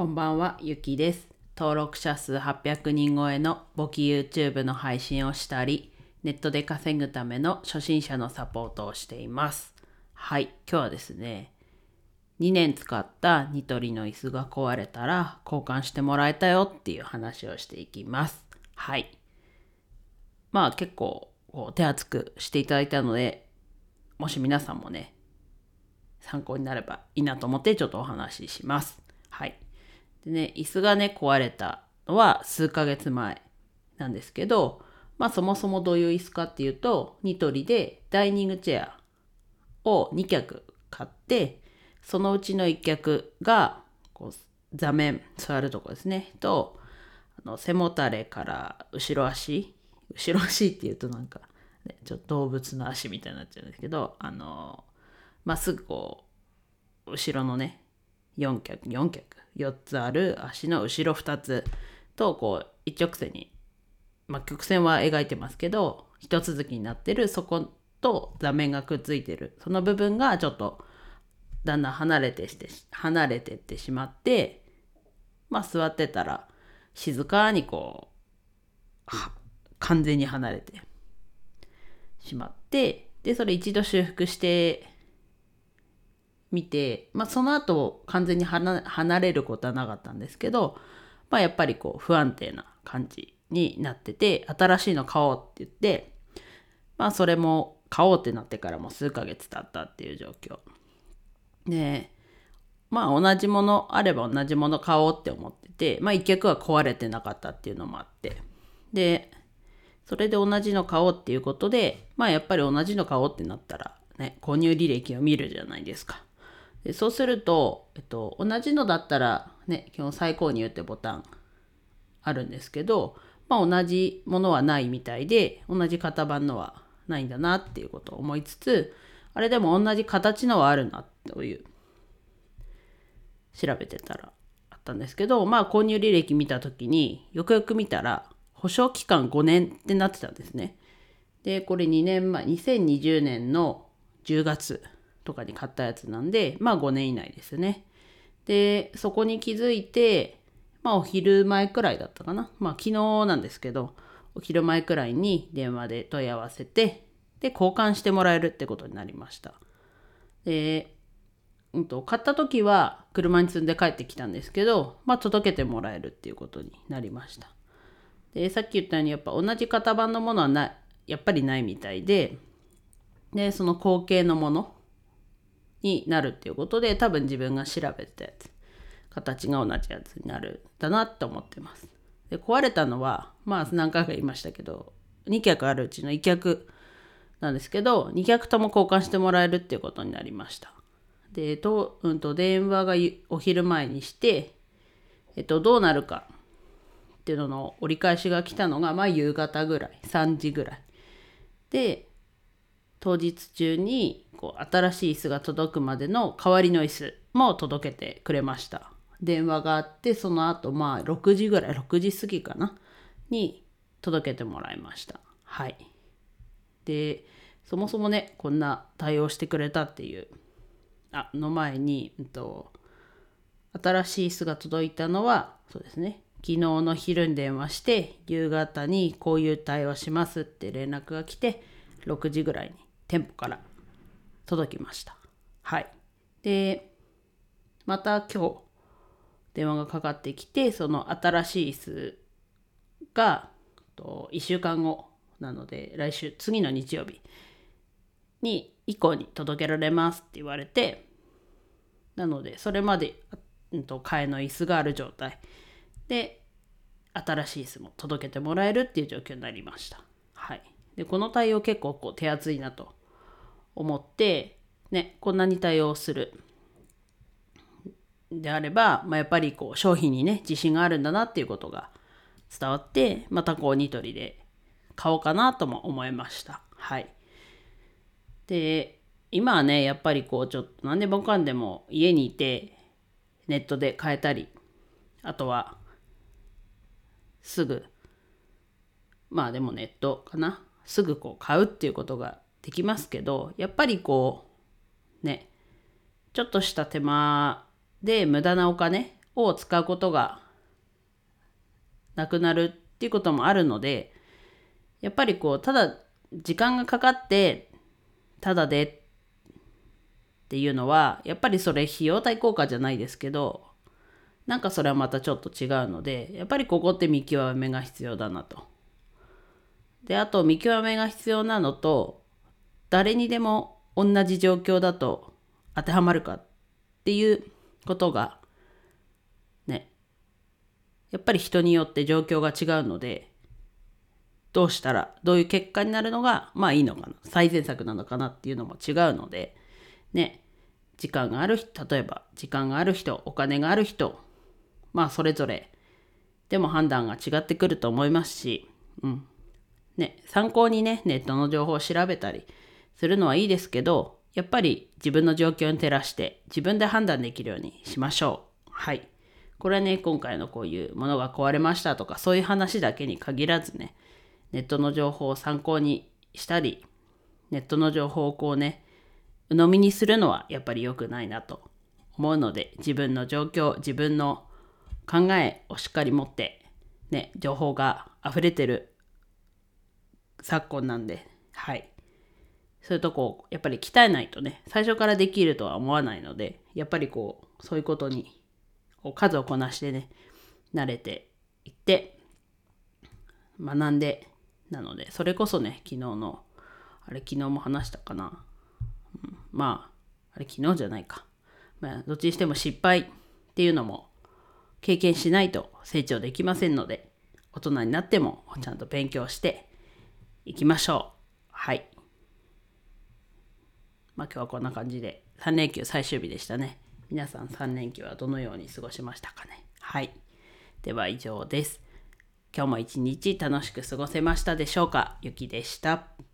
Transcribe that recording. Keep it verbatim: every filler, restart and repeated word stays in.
こんばんは、ゆきです。登録者数はっぴゃくにん超えの簿記 YouTube の配信をしたり、ネットで稼ぐための初心者のサポートをしています。はい、今日はですね、にねん使ったニトリの椅子が壊れたら交換してもらえたよっていう話をしていきます。はい。まあ結構こう手厚くしていただいたので、もし皆さんもね、参考になればいいなと思ってちょっとお話しします。はい。でね、椅子がね、壊れたのは数ヶ月前なんですけど、まあそもそもどういう椅子かっていうと、ニトリでダイニングチェアをに脚買って、そのうちのいっ脚がこう座面、座るとこですね、と、あの背もたれから後ろ足、後ろ足っていうとなんか、ね、ちょっと動物の足みたいになっちゃうんですけど、あの、まっすぐこう、後ろのね、よん脚、よん脚、よっつある足の後ろふたつと、こう、一直線に、まあ、曲線は描いてますけど、一続きになってる、そこと座面がくっついてる、その部分がちょっと、だんだん離れてして、離れてってしまって、まあ、座ってたら、静かにこう、完全に離れてしまって、で、それ一度修復して、見て、まあ、その後完全に離れることはなかったんですけど、まあ、やっぱりこう不安定な感じになってて、新しいの買おうって言って、まあそれも買おうってなってからも数ヶ月経ったっていう状況で、まあ同じものあれば同じもの買おうって思ってて、まあ一脚は壊れてなかったっていうのもあって、でそれで同じの買おうっていうことで、まあやっぱり同じの買おうってなったらね、購入履歴を見るじゃないですか。でそうすると、えっと、同じのだったらね、基本再購入ってボタンあるんですけど、まあ、同じものはないみたいで、同じ型番のはないんだなっていうことを思いつつ、あれでも同じ形のはあるなという、調べてたらあったんですけど、まあ購入履歴見た時によくよく見たら、保証期間ごねんってなってたんですね。で、これにねんまえ、にせんにじゅうねんのじゅうがつとかに買ったやつなんで、まあごねん以内ですね。で、そこに気づいて、まあお昼前くらいだったかな。まあ昨日なんですけど、お昼前くらいに電話で問い合わせて、で、交換してもらえるってことになりました。で、うんと、買った時は車に積んで帰ってきたんですけど、まあ届けてもらえるっていうことになりました。で、さっき言ったようにやっぱ同じ型番のものはない、やっぱりないみたいで、で、その後継のものになるっていうことで、多分自分が調べたやつ、形が同じやつになるんだなって思ってます。で、壊れたのは、まあ何回か言いましたけど、に脚あるうちのいっ脚なんですけど、に脚とも交換してもらえるっていうことになりました。で、と、うんと、電話がお昼前にして、えっと、どうなるかっていうのの折り返しが来たのが、まあ夕方ぐらい、さんじぐらい。で、当日中にこう新しい椅子が届くまでの代わりの椅子も届けてくれました。電話があって、その後まあろくじぐらい、ろくじ過ぎかなに届けてもらいました。はい。で、そもそもね、こんな対応してくれたっていうあの前に、うんと、新しい椅子が届いたのはそうですね、昨日の昼に電話して夕方にこういう対応しますって連絡が来て、ろくじぐらいに店舗から届きました。はい。で、また今日電話がかかってきて、その新しい椅子がいっしゅうかんごなので、来週、次の日曜日に以降に届けられますって言われて、なのでそれまで、うん、と替えの椅子がある状態で、新しい椅子も届けてもらえるっていう状況になりました。はい。で、この対応結構こう手厚いなと思って、ね、こんなに対応するであれば、まあ、やっぱりこう商品にね、自信があるんだなっていうことが伝わって、またこうニトリで買おうかなとも思いました。はい。で、今はね、やっぱりこうちょっと何でもかんでも家にいてネットで買えたり、あとはすぐ、まあでもネットかな、すぐこう買うっていうことができますけど、やっぱりこうね、ちょっとした手間で無駄なお金を使うことがなくなるっていうこともあるので、やっぱりこうただ時間がかかってただでっていうのはやっぱりそれ費用対効果じゃないですけど、なんかそれはまたちょっと違うので、やっぱりここって見極めが必要だなと。で、あと見極めが必要なのと、誰にでも同じ状況だと当てはまるかっていうことがね、やっぱり人によって状況が違うので、どうしたらどういう結果になるのがまあいいのかな、最善策なのかなっていうのも違うのでね、時間がある人、例えば時間がある人、お金がある人、まあそれぞれでも判断が違ってくると思いますし、うんね、参考にねネットの情報を調べたりするのはいいですけど、やっぱり自分の状況に照らして自分で判断できるようにしましょう。はい。これはね、今回のこういうものが壊れましたとかそういう話だけに限らずね、ネットの情報を参考にしたり、ネットの情報をこうね鵜呑みにするのはやっぱり良くないなと思うので、自分の状況、自分の考えをしっかり持ってね、情報が溢れてる昨今なんで、はい。そういうとこをやっぱり鍛えないとね、最初からできるとは思わないので、やっぱりこう、そういうことに数をこなしてね、慣れていって、学んで、なので、それこそね、昨日の、あれ昨日も話したかな。うん、まあ、あれ昨日じゃないか。まあ、どっちにしても失敗っていうのも経験しないと成長できませんので、大人になってもちゃんと勉強していきましょう。はい。まあ今日はこんな感じでさん連休最終日でしたね。皆さんさん連休はどのように過ごしましたかね。はい。では以上です。今日も一日楽しく過ごせましたでしょうか。ゆきでした。